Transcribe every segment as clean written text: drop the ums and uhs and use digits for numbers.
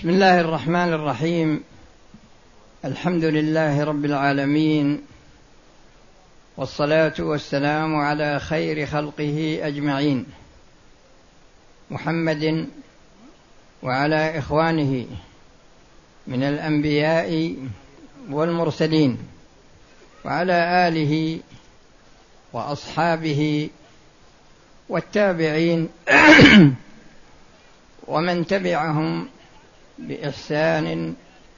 بسم الله الرحمن الرحيم. الحمد لله رب العالمين، والصلاة والسلام على خير خلقه أجمعين، محمد وعلى إخوانه من الأنبياء والمرسلين، وعلى آله وأصحابه والتابعين ومن تبعهم بإحسان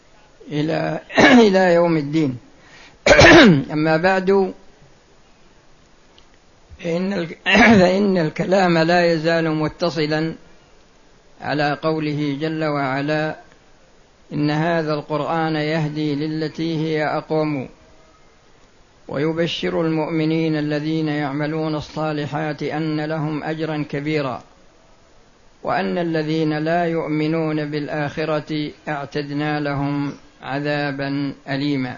إلى يوم الدين. أما بعد، فإن الكلام لا يزال متصلا على قوله جل وعلا: إن هذا القرآن يهدي للتي هي أقوم ويبشر المؤمنين الذين يعملون الصالحات أن لهم أجرا كبيرا وأن الذين لا يؤمنون بالآخرة أعتدنا لهم عذابا أليما.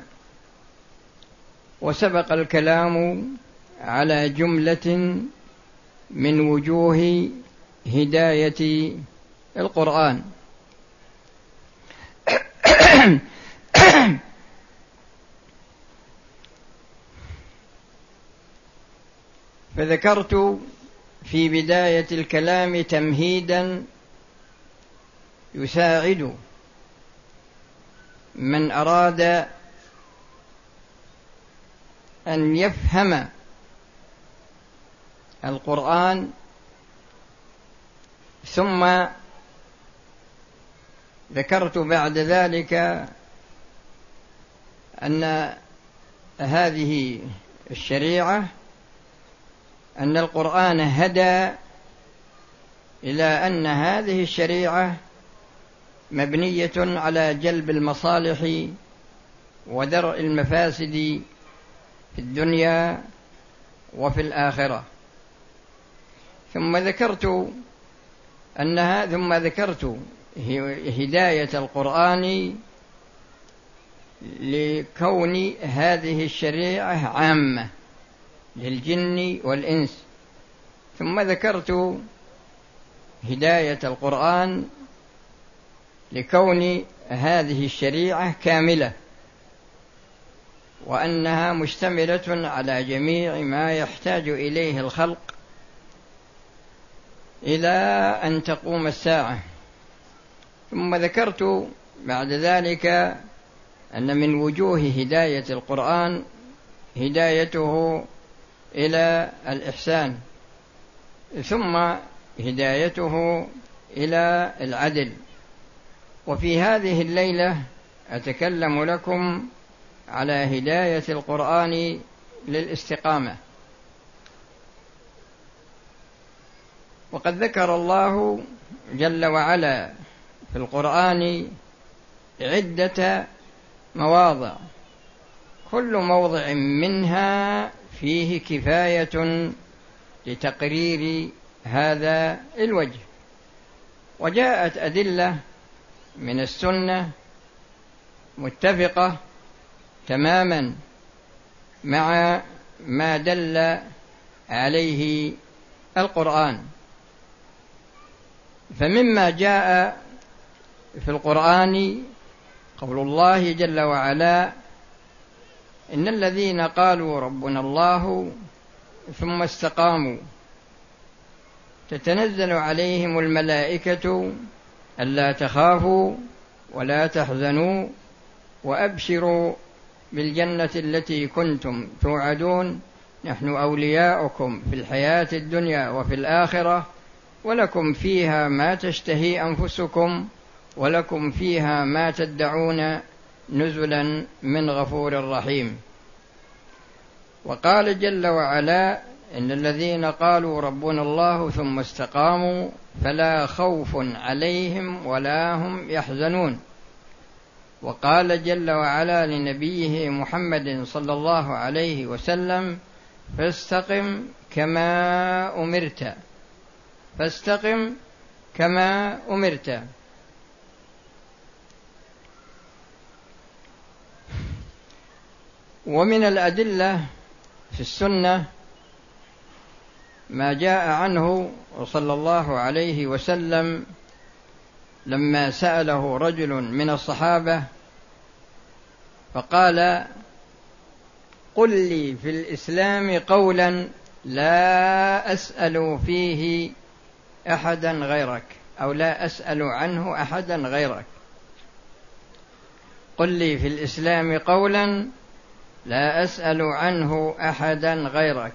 وسبق الكلام على جملة من وجوه هداية القرآن. فذكرت في بداية الكلام تمهيدا يساعد من أراد أن يفهم القرآن، ثم ذكرت بعد ذلك أن هذه الشريعة، أن القرآن هدى إلى أن هذه الشريعة مبنية على جلب المصالح ودرء المفاسد في الدنيا وفي الآخرة. ثم ذكرت هداية القرآن لكون هذه الشريعة عامة للجن والإنس. ثم ذكرت هداية القرآن لكون هذه الشريعة كاملة، وأنها مشتملة على جميع ما يحتاج إليه الخلق إلى أن تقوم الساعة. ثم ذكرت بعد ذلك أن من وجوه هداية القرآن هدايته إلى الإحسان، ثم هدايته إلى العدل. وفي هذه الليلة أتكلم لكم على هداية القرآن للاستقامة. وقد ذكر الله جل وعلا في القرآن عدة مواضع، كل موضع منها فيه كفاية لتقرير هذا الوجه. وجاءت أدلة من السنة متفقة تماما مع ما دل عليه القرآن. فمما جاء في القرآن قول الله جل وعلا: إن الذين قالوا ربنا الله ثم استقاموا تتنزل عليهم الملائكة ألا تخافوا ولا تحزنوا وأبشروا بالجنة التي كنتم توعدون نحن أولياؤكم في الحياة الدنيا وفي الآخرة ولكم فيها ما تشتهي أنفسكم ولكم فيها ما تدعون نزلا من غفور رحيم. وقال جل وعلا: إن الذين قالوا ربنا الله ثم استقاموا فلا خوف عليهم ولا هم يحزنون. وقال جل وعلا لنبيه محمد صلى الله عليه وسلم: فاستقم كما أمرت، فاستقم كما أمرت. ومن الأدلة في السنة ما جاء عنه صلى الله عليه وسلم لما سأله رجل من الصحابة فقال: قل لي في الإسلام قولا لا أسأل فيه أحدا غيرك، أو لا أسأل عنه أحدا غيرك. قل لي في الإسلام قولا لا أسأل عنه أحدا غيرك.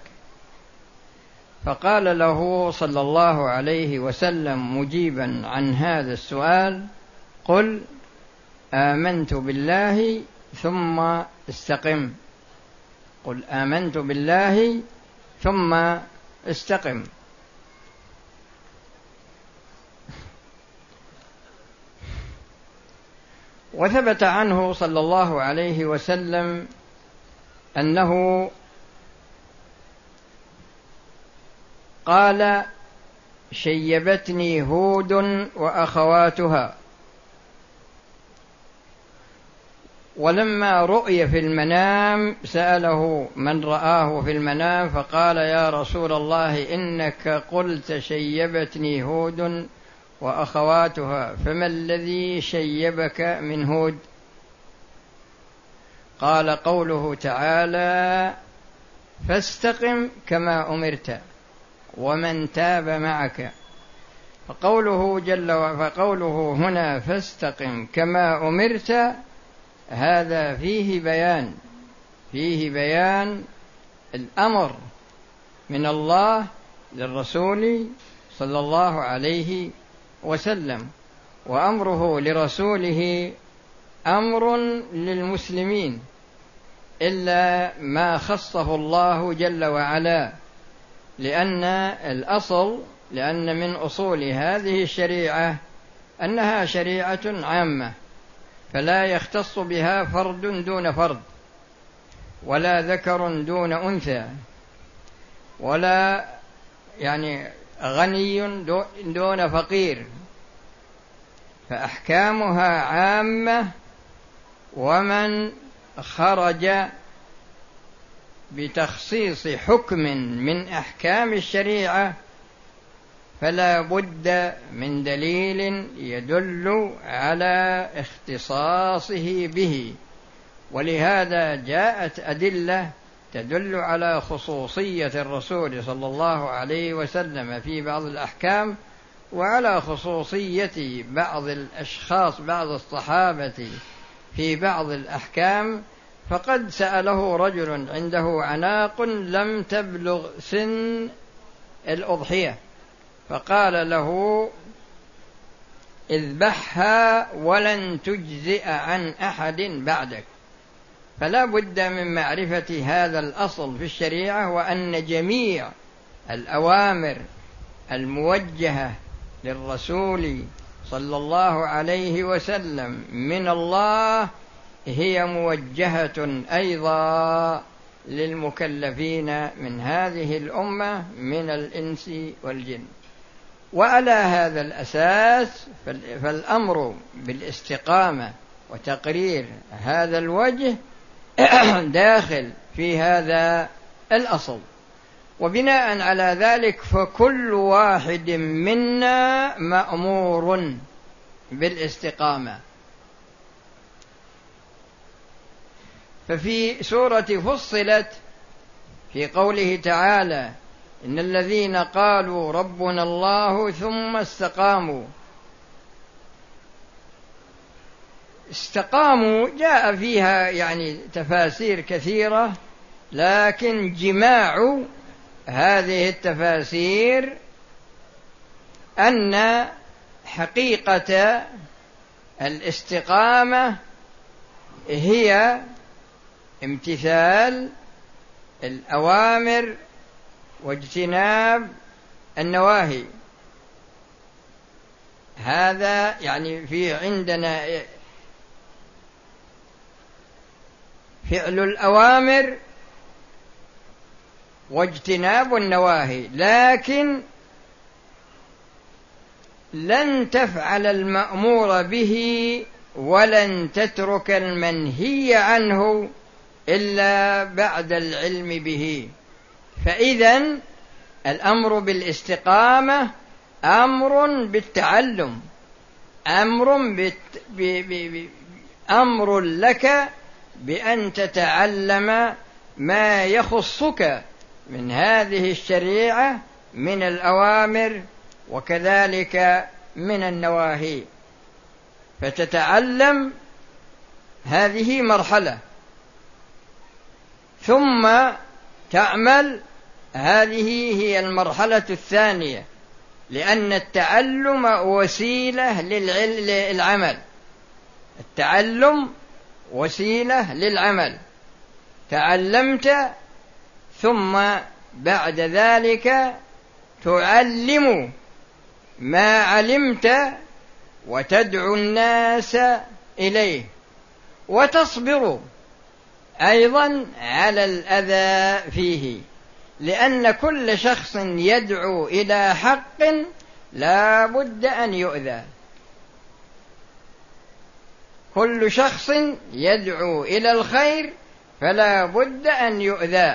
فقال له صلى الله عليه وسلم مجيبا عن هذا السؤال: قل آمنت بالله ثم استقم. قل آمنت بالله ثم استقم. وثبت عنه صلى الله عليه وسلم أنه قال: شيبتني هود وأخواتها. ولما رؤي في المنام سأله من رآه في المنام فقال: يا رسول الله إنك قلت شيبتني هود وأخواتها، فما الذي شيبك من هود؟ قال: قوله تعالى: فاستقم كما أمرت ومن تاب معك. فقوله هنا فاستقم كما أمرت، هذا فيه بيان الأمر من الله للرسول صلى الله عليه وسلم، وأمره لرسوله أمر للمسلمين إلا ما خصه الله جل وعلا، لأن من أصول هذه الشريعة أنها شريعة عامة، فلا يختص بها فرد دون فرد، ولا ذكر دون أنثى، ولا غني دون فقير، فأحكامها عامة. ومن خرج بتخصيص حكم من أحكام الشريعة فلا بد من دليل يدل على اختصاصه به، ولهذا جاءت أدلة تدل على خصوصية الرسول صلى الله عليه وسلم في بعض الأحكام، وعلى خصوصية بعض الأشخاص بعض الصحابة في بعض الأحكام. فقد سأله رجل عنده عناق لم تبلغ سن الأضحية، فقال له: اذبحها ولن تجزئ عن أحد بعدك. فلا بد من معرفة هذا الأصل في الشريعة، وأن جميع الأوامر الموجهة للرسول صلى الله عليه وسلم من الله هي موجهة أيضا للمكلفين من هذه الأمة من الإنس والجن. وعلى هذا الأساس فالأمر بالاستقامة وتقرير هذا الوجه داخل في هذا الأصل. وبناء على ذلك فكل واحد منا مأمور بالاستقامة. ففي سورة فصلت في قوله تعالى: إن الذين قالوا ربنا الله ثم استقاموا. استقاموا جاء فيها تفاسير كثيرة، لكن جماع هذه التفاسير أن حقيقة الاستقامة هي امتثال الأوامر واجتناب النواهي. هذا في عندنا فعل الأوامر واجتناب النواهي، لكن لن تفعل المأمور به ولن تترك المنهي عنه إلا بعد العلم به. فإذن الأمر بالاستقامة أمر بالتعلم، أمر لك بأن تتعلم ما يخصك من هذه الشريعة من الأوامر وكذلك من النواهي، فتتعلم، هذه مرحلة، ثم تعمل، هذه هي المرحلة الثانية، لأن التعلم وسيلة للعمل. التعلم وسيلة للعمل. تعلمت ثم بعد ذلك تعلم ما علمت وتدعو الناس إليه، وتصبر أيضا على الأذى فيه، لأن كل شخص يدعو إلى حق لا بد أن يؤذى. كل شخص يدعو إلى الخير فلا بد أن يؤذى.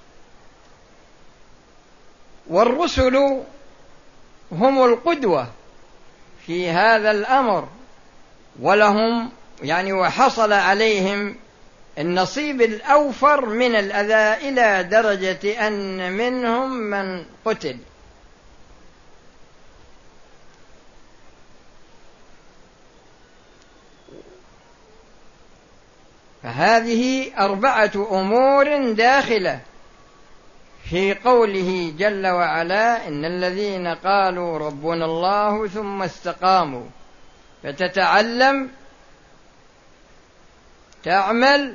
والرسل هم القدوة في هذا الأمر، ولهم وحصل عليهم النصيب الأوفر من الأذى إلى درجة أن منهم من قتل. فهذه 4 أمور داخلة في قوله جل وعلا: إن الذين قالوا ربنا الله ثم استقاموا. فتتعلم، تعمل،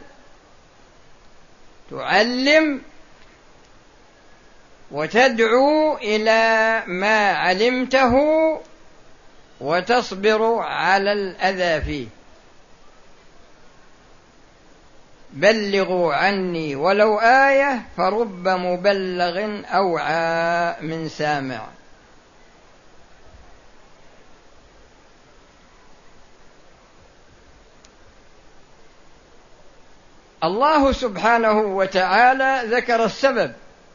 تعلم، وتدعو إلى ما علمته، وتصبر على الأذى فيه. بلغوا عني ولو آية فرب مبلغ أوعى من سامع. الله سبحانه وتعالى ذكر السبب: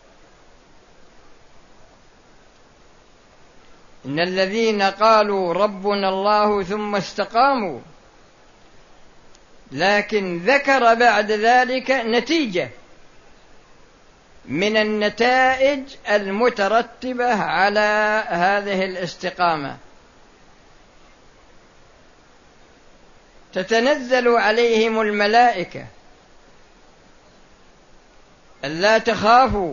إن الذين قالوا ربنا الله ثم استقاموا، لكن ذكر بعد ذلك نتيجة من النتائج المترتبة على هذه الاستقامة. تتنزل عليهم الملائكة ألا تخافوا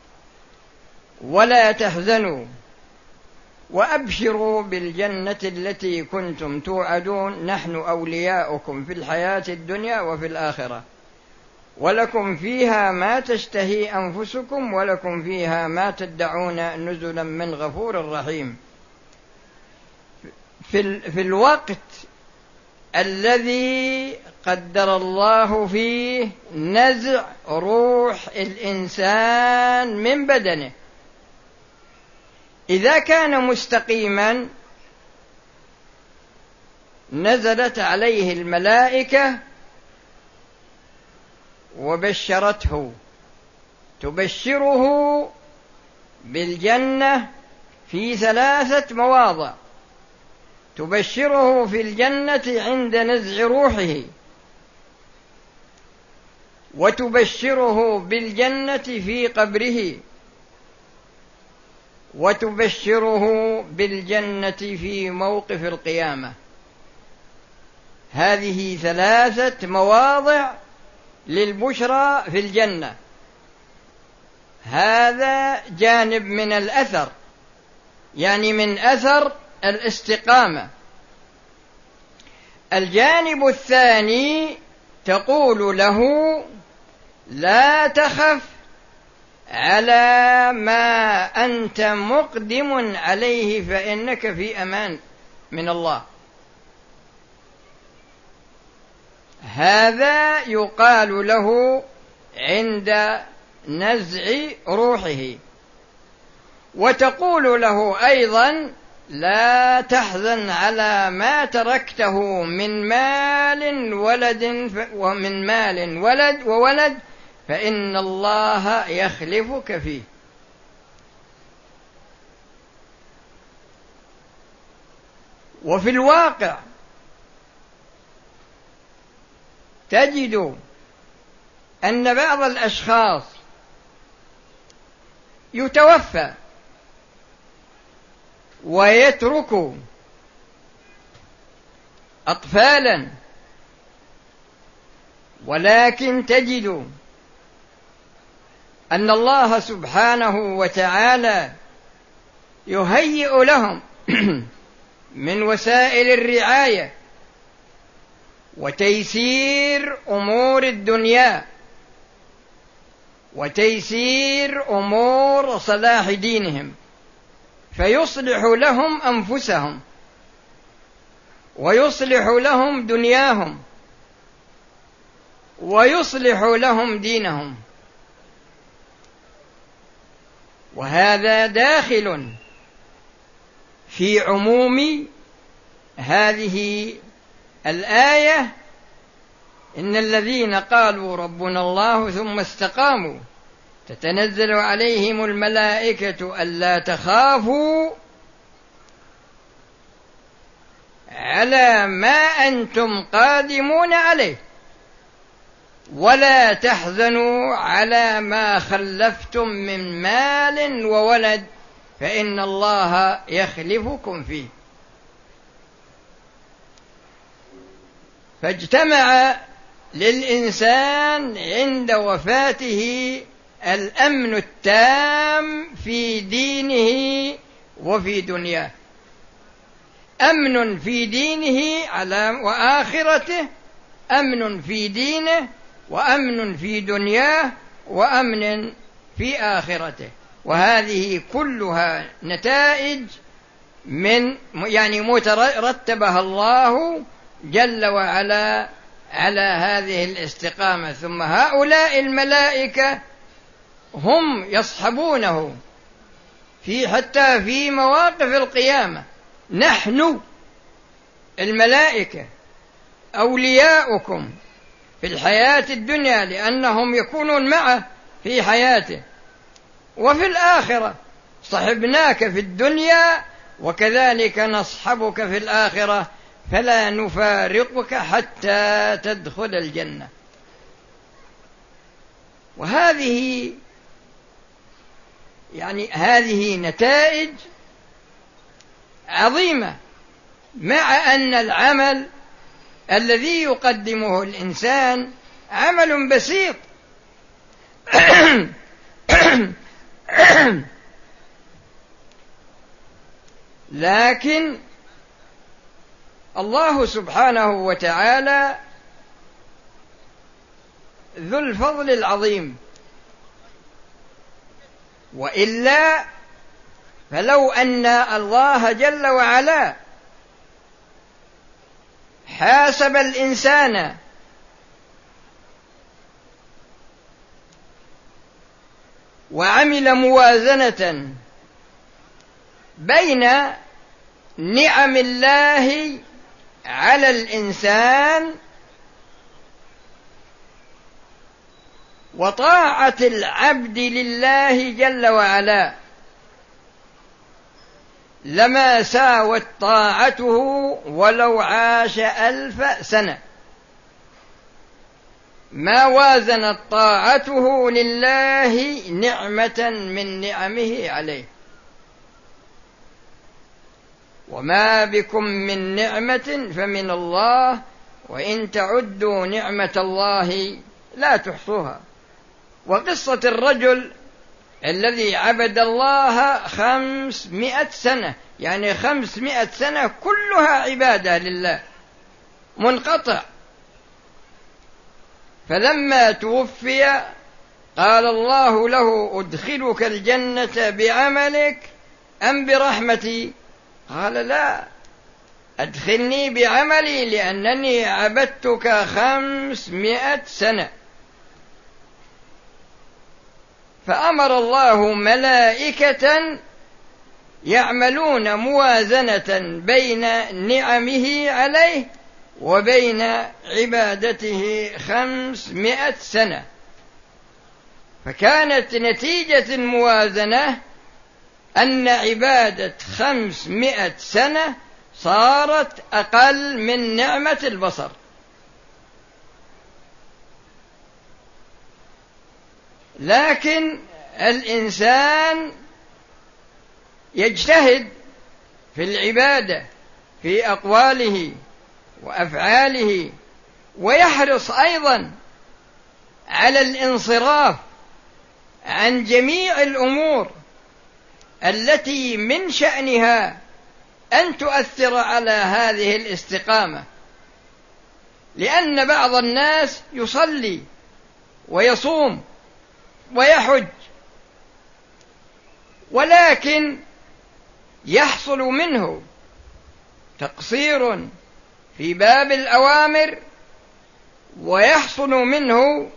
ولا تحزنوا وأبشروا بالجنة التي كنتم توعدون، نحن أولياؤكم في الحياة الدنيا وفي الآخرة، ولكم فيها ما تشتهي أنفسكم ولكم فيها ما تدعون نزلا من غفور رحيم. في الوقت الذي قدر الله فيه نزع روح الإنسان من بدنه، إذا كان مستقيما نزلت عليه الملائكة وبشرته، تبشره بالجنة في 3 مواضع: تبشره في الجنة عند نزع روحه، وتبشره بالجنة في قبره، وتبشره بالجنة في موقف القيامة. هذه 3 مواضع للبشرى في الجنة. هذا جانب من الأثر، من أثر الاستقامة. الجانب الثاني تقول له: لا تخف على ما أنت مقدم عليه فإنك في أمان من الله. هذا يقال له عند نزع روحه. وتقول له أيضا: لا تحزن على ما تركته من مال وولد فإن الله يخلفك فيه. وفي الواقع تجد أن بعض الأشخاص يتوفى ويترك أطفالا، ولكن تجد أن الله سبحانه وتعالى يهيئ لهم من وسائل الرعاية وتيسير أمور الدنيا وتيسير أمور صلاح دينهم، فيصلح لهم أنفسهم ويصلح لهم دنياهم ويصلح لهم دينهم. وهذا داخل في عموم هذه الآية: إن الذين قالوا ربنا الله ثم استقاموا تتنزل عليهم الملائكة ألا تخافوا على ما أنتم قادمون عليه ولا تحزنوا على ما خلفتم من مال وولد فإن الله يخلفكم فيه. فاجتمع للإنسان عند وفاته الأمن التام في دينه وفي دنياه، أمن في دينه وآخرته، أمن في دينه وأمن في دنياه وأمن في آخرته. وهذه كلها نتائج رتبها الله جل وعلا على هذه الاستقامة. ثم هؤلاء الملائكة هم يصحبونه حتى في مواقف القيامة. نحن الملائكة أولياؤكم في الحياة الدنيا لأنهم يكونون معه في حياته، وفي الآخرة صحبناك في الدنيا وكذلك نصحبك في الآخرة فلا نفارقك حتى تدخل الجنة. وهذه هذه نتائج عظيمة، مع أن العمل الذي يقدمه الإنسان عمل بسيط لكن الله سبحانه وتعالى ذو الفضل العظيم، وإلا فلو أن الله جل وعلا حاسب الإنسان وعمل موازنة بين نعم الله على الإنسان وطاعة العبد لله جل وعلا، لما ساوت طاعته ولو عاش 1000 سنة، ما وازنت طاعته لله نعمة من نعمه عليه. وما بكم من نعمة فمن الله وإن تعدوا نعمة الله لا تحصوها. وقصة الرجل الذي عبد الله 500 سنة، 500 سنة كلها عبادة لله منقطع، فلما توفي قال الله له: أدخلك الجنة بعملك أم برحمتي؟ قال: لا، أدخلني بعملي لأنني عبدتك 500 سنة. فأمر الله ملائكة يعملون موازنة بين نعمه عليه وبين عبادته 500 سنة، فكانت نتيجة الموازنة أن عبادة 500 سنة صارت أقل من نعمة البصر. لكن الإنسان يجتهد في العبادة في أقواله وأفعاله، ويحرص أيضا على الانصراف عن جميع الأمور التي من شأنها أن تؤثر على هذه الاستقامة، لأن بعض الناس يصلي ويصوم ويحج، ولكن يحصل منه تقصير في باب الأوامر، ويحصل منه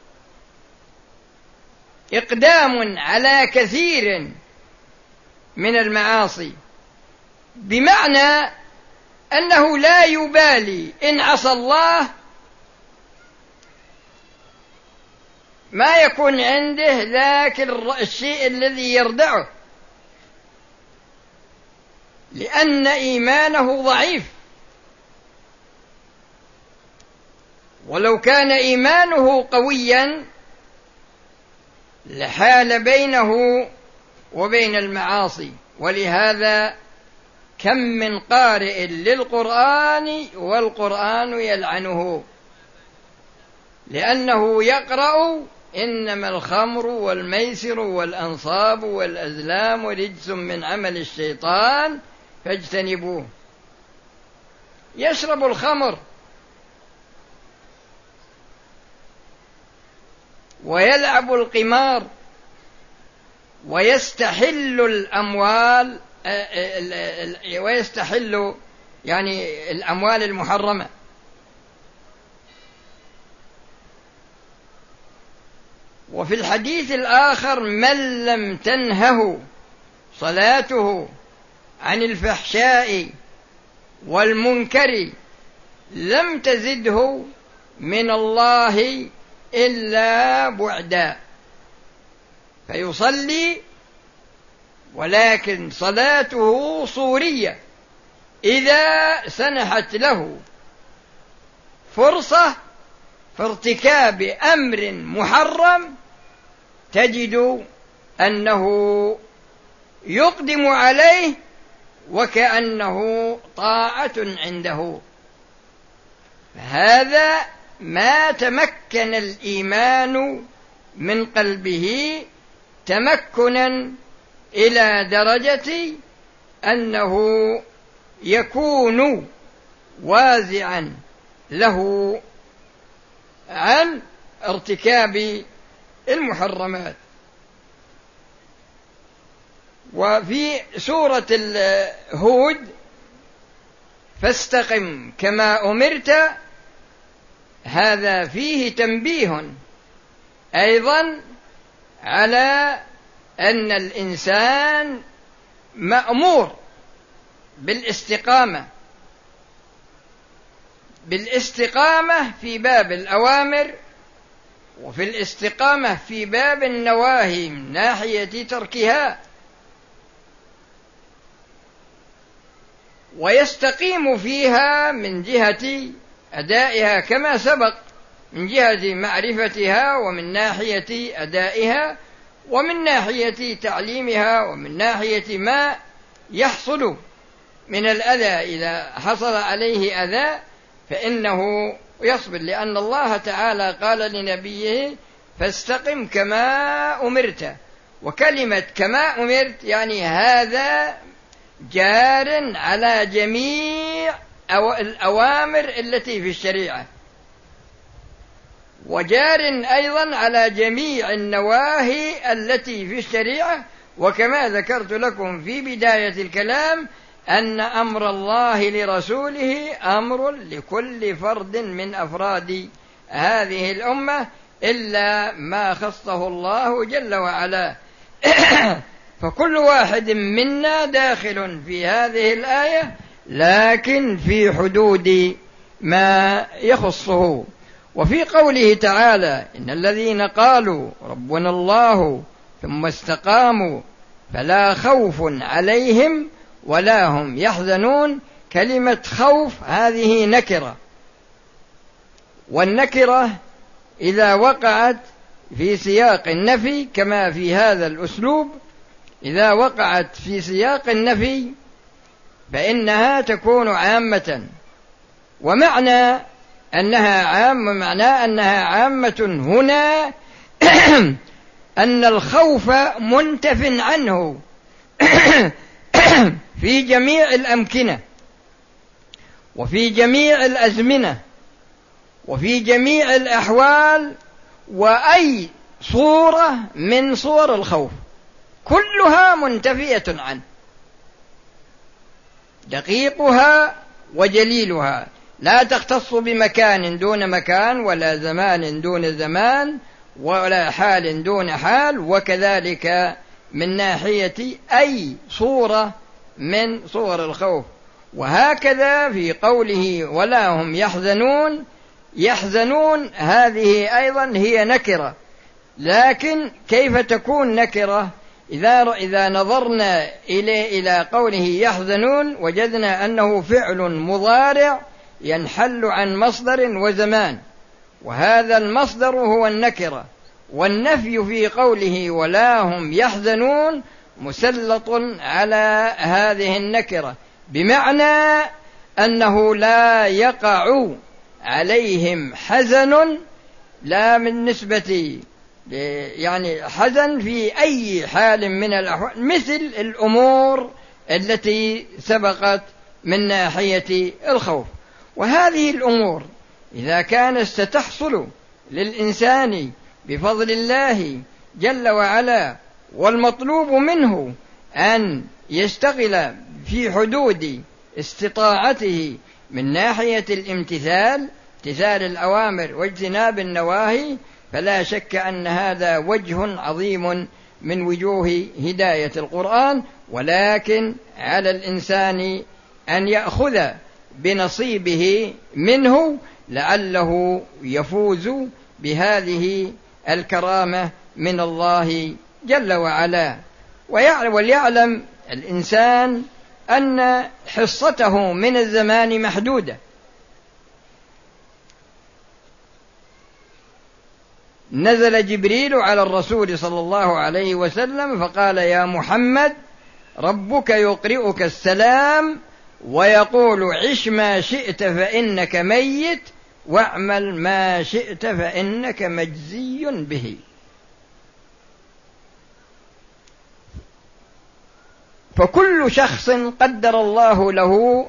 إقدام على كثير من المعاصي، بمعنى أنه لا يبالي إن عصى الله ما يكون عنده ذاك الشيء الذي يردعه، لأن إيمانه ضعيف. ولو كان إيمانه قويا لحال بينه وبين المعاصي. ولهذا كم من قارئ للقرآن والقرآن يلعنه، لأنه يقرأ إنما الخمر والميسر والأنصاب والأزلام رجس من عمل الشيطان فاجتنبوه. يشرب الخمر ويلعب القمار ويستحل الأموال، ويستحل يعني الأموال المحرمة. وفي الحديث الآخر: من لم تنهه صلاته عن الفحشاء والمنكر لم تزده من الله إلا بعدا. فيصلي ولكن صلاته صورية، إذا سنحت له فرصة في ارتكاب أمر محرم تجد أنه يقدم عليه وكأنه طاعة عنده. هذا ما تمكن الإيمان من قلبه تمكنا إلى درجة أنه يكون وازعا له عن ارتكاب المحرمات. وفي سورة هود: فاستقم كما أمرت، هذا فيه تنبيه أيضا على أن الإنسان مأمور بالاستقامة في باب الأوامر، وفي الاستقامة في باب النواهي من ناحية تركها، ويستقيم فيها من جهة أدائها كما سبق، من جهة معرفتها ومن ناحية أدائها ومن ناحية تعليمها ومن ناحية ما يحصل من الأذى. إذا حصل عليه أذى فإنه يصبر، لأن الله تعالى قال لنبيه: فاستقم كما أمرت. وكلمة كما أمرت يعني هذا جار على جميع الأوامر التي في الشريعة، وجار أيضا على جميع النواهي التي في الشريعة. وكما ذكرت لكم في بداية الكلام أن أمر الله لرسوله أمر لكل فرد من أفراد هذه الأمة إلا ما خصه الله جل وعلا. فكل واحد منا داخل في هذه الآية، لكن في حدود ما يخصه. وفي قوله تعالى: إن الذين قالوا ربنا الله ثم استقاموا فلا خوف عليهم ولا هم يحزنون، كلمة خوف هذه نكرة، والنكرة إذا وقعت في سياق النفي كما في هذا الأسلوب، إذا وقعت في سياق النفي فإنها تكون عامة، ومعنى أنها عامة هنا أن الخوف منتف عنه في جميع الأمكنة وفي جميع الأزمنة وفي جميع الأحوال، وأي صورة من صور الخوف كلها منتفية عنه، دقيقها وجليلها، لا تختص بمكان دون مكان ولا زمان دون زمان ولا حال دون حال، وكذلك من ناحية أي صورة من صور الخوف. وهكذا في قوله ولا هم يحزنون هذه أيضا هي نكرة، لكن كيف تكون نكرة؟ إذا نظرنا إلى قوله يحزنون وجدنا أنه فعل مضارع ينحل عن مصدر وزمان، وهذا المصدر هو النكرة، والنفي في قوله ولا هم يحزنون مسلط على هذه النكرة، بمعنى أنه لا يقع عليهم حزن، لا من نسبة يعني حزن في أي حال من الأحوال، مثل الأمور التي سبقت من ناحية الخوف. وهذه الأمور إذا كانت ستحصل للإنسان بفضل الله جل وعلا، والمطلوب منه أن يشتغل في حدود استطاعته من ناحية الامتثال الأوامر واجتناب النواهي، فلا شك أن هذا وجه عظيم من وجوه هداية القرآن، ولكن على الإنسان أن يأخذ بنصيبه منه لعله يفوز بهذه الكرامة من الله جل وعلا. وليعلم الإنسان أن حصته من الزمان محدودة. نزل جبريل على الرسول صلى الله عليه وسلم فقال يا محمد ربك يقرئك السلام ويقول عش ما شئت فإنك ميت واعمل ما شئت فإنك مجزي به. فكل شخص قدر الله له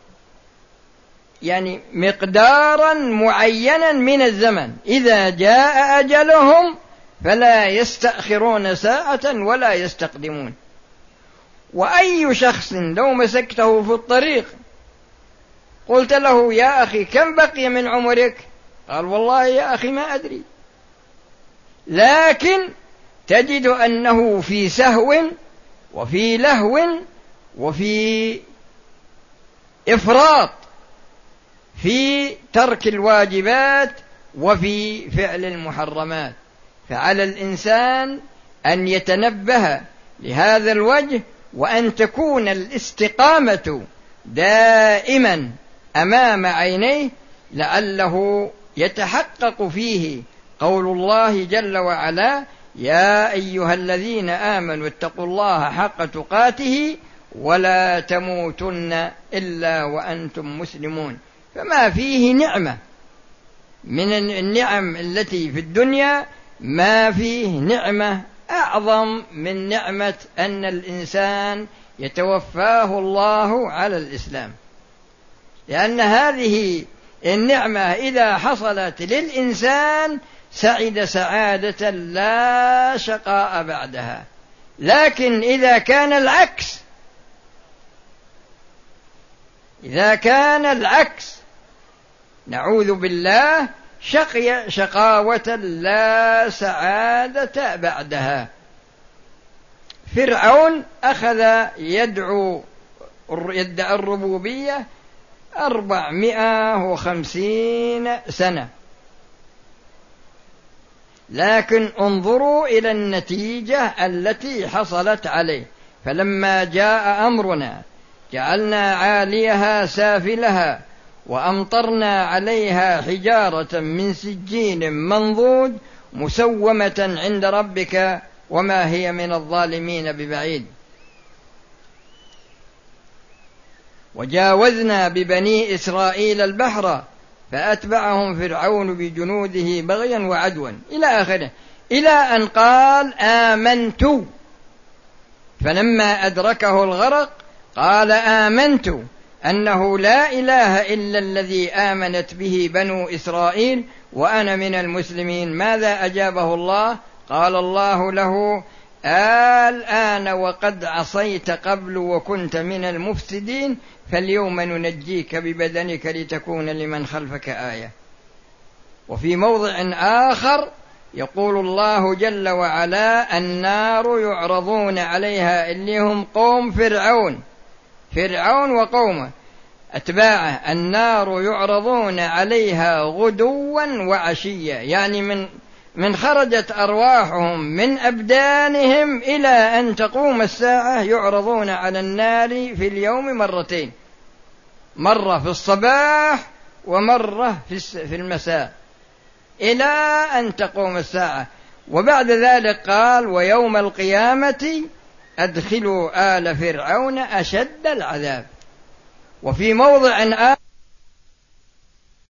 يعني مقدارا معينا من الزمن، إذا جاء أجلهم فلا يستأخرون ساعة ولا يستقدمون. وأي شخص لو مسكته في الطريق قلت له يا أخي كم بقي من عمرك؟ قال والله يا أخي ما أدري، لكن تجد أنه في سهو وفي لهو وفي إفراط في ترك الواجبات وفي فعل المحرمات. فعلى الإنسان أن يتنبه لهذا الوجه، وأن تكون الاستقامة دائما أمام عينيه لعله يتحقق فيه قول الله جل وعلا يا أيها الذين آمنوا اتقوا الله حق تقاته ولا تموتن إلا وأنتم مسلمون. فما فيه نعمة من النعم التي في الدنيا، ما فيه نعمة أعظم من نعمة أن الإنسان يتوفاه الله على الإسلام، لأن هذه النعمة إذا حصلت للإنسان سعد سعادة لا شقاء بعدها. لكن إذا كان العكس نعوذ بالله شقي شقاوة لا سعادة بعدها. فرعون أخذ يدعي الربوبية 450 سنة، لكن انظروا إلى النتيجة التي حصلت عليه. فلما جاء أمرنا جعلنا عاليها سافلها وأمطرنا عليها حجارة من سجيل منضود مسومة عند ربك وما هي من الظالمين ببعيد. وجاوزنا ببني إسرائيل البحر فأتبعهم فرعون بجنوده بغيا وعدوا إلى آخره، إلى أن قال آمنت، فلما أدركه الغرق قال آمنت أنه لا إله إلا الذي آمنت به بنو إسرائيل وأنا من المسلمين. ماذا أجابه الله؟ قال الله له الآن وقد عصيت قبل وكنت من المفسدين فاليوم ننجيك ببدنك لتكون لمن خلفك آية. وفي موضع آخر يقول الله جل وعلا النار يعرضون عليها اللي هم قوم فرعون وقومه أتباعه، النار يعرضون عليها غدوا وعشيا، يعني من خرجت أرواحهم من أبدانهم إلى أن تقوم الساعة يعرضون على النار في اليوم مرتين، مرة في الصباح ومرة في المساء إلى أن تقوم الساعة. وبعد ذلك قال ويوم القيامة أدخلوا آل فرعون أشد العذاب. وفي موضع آخر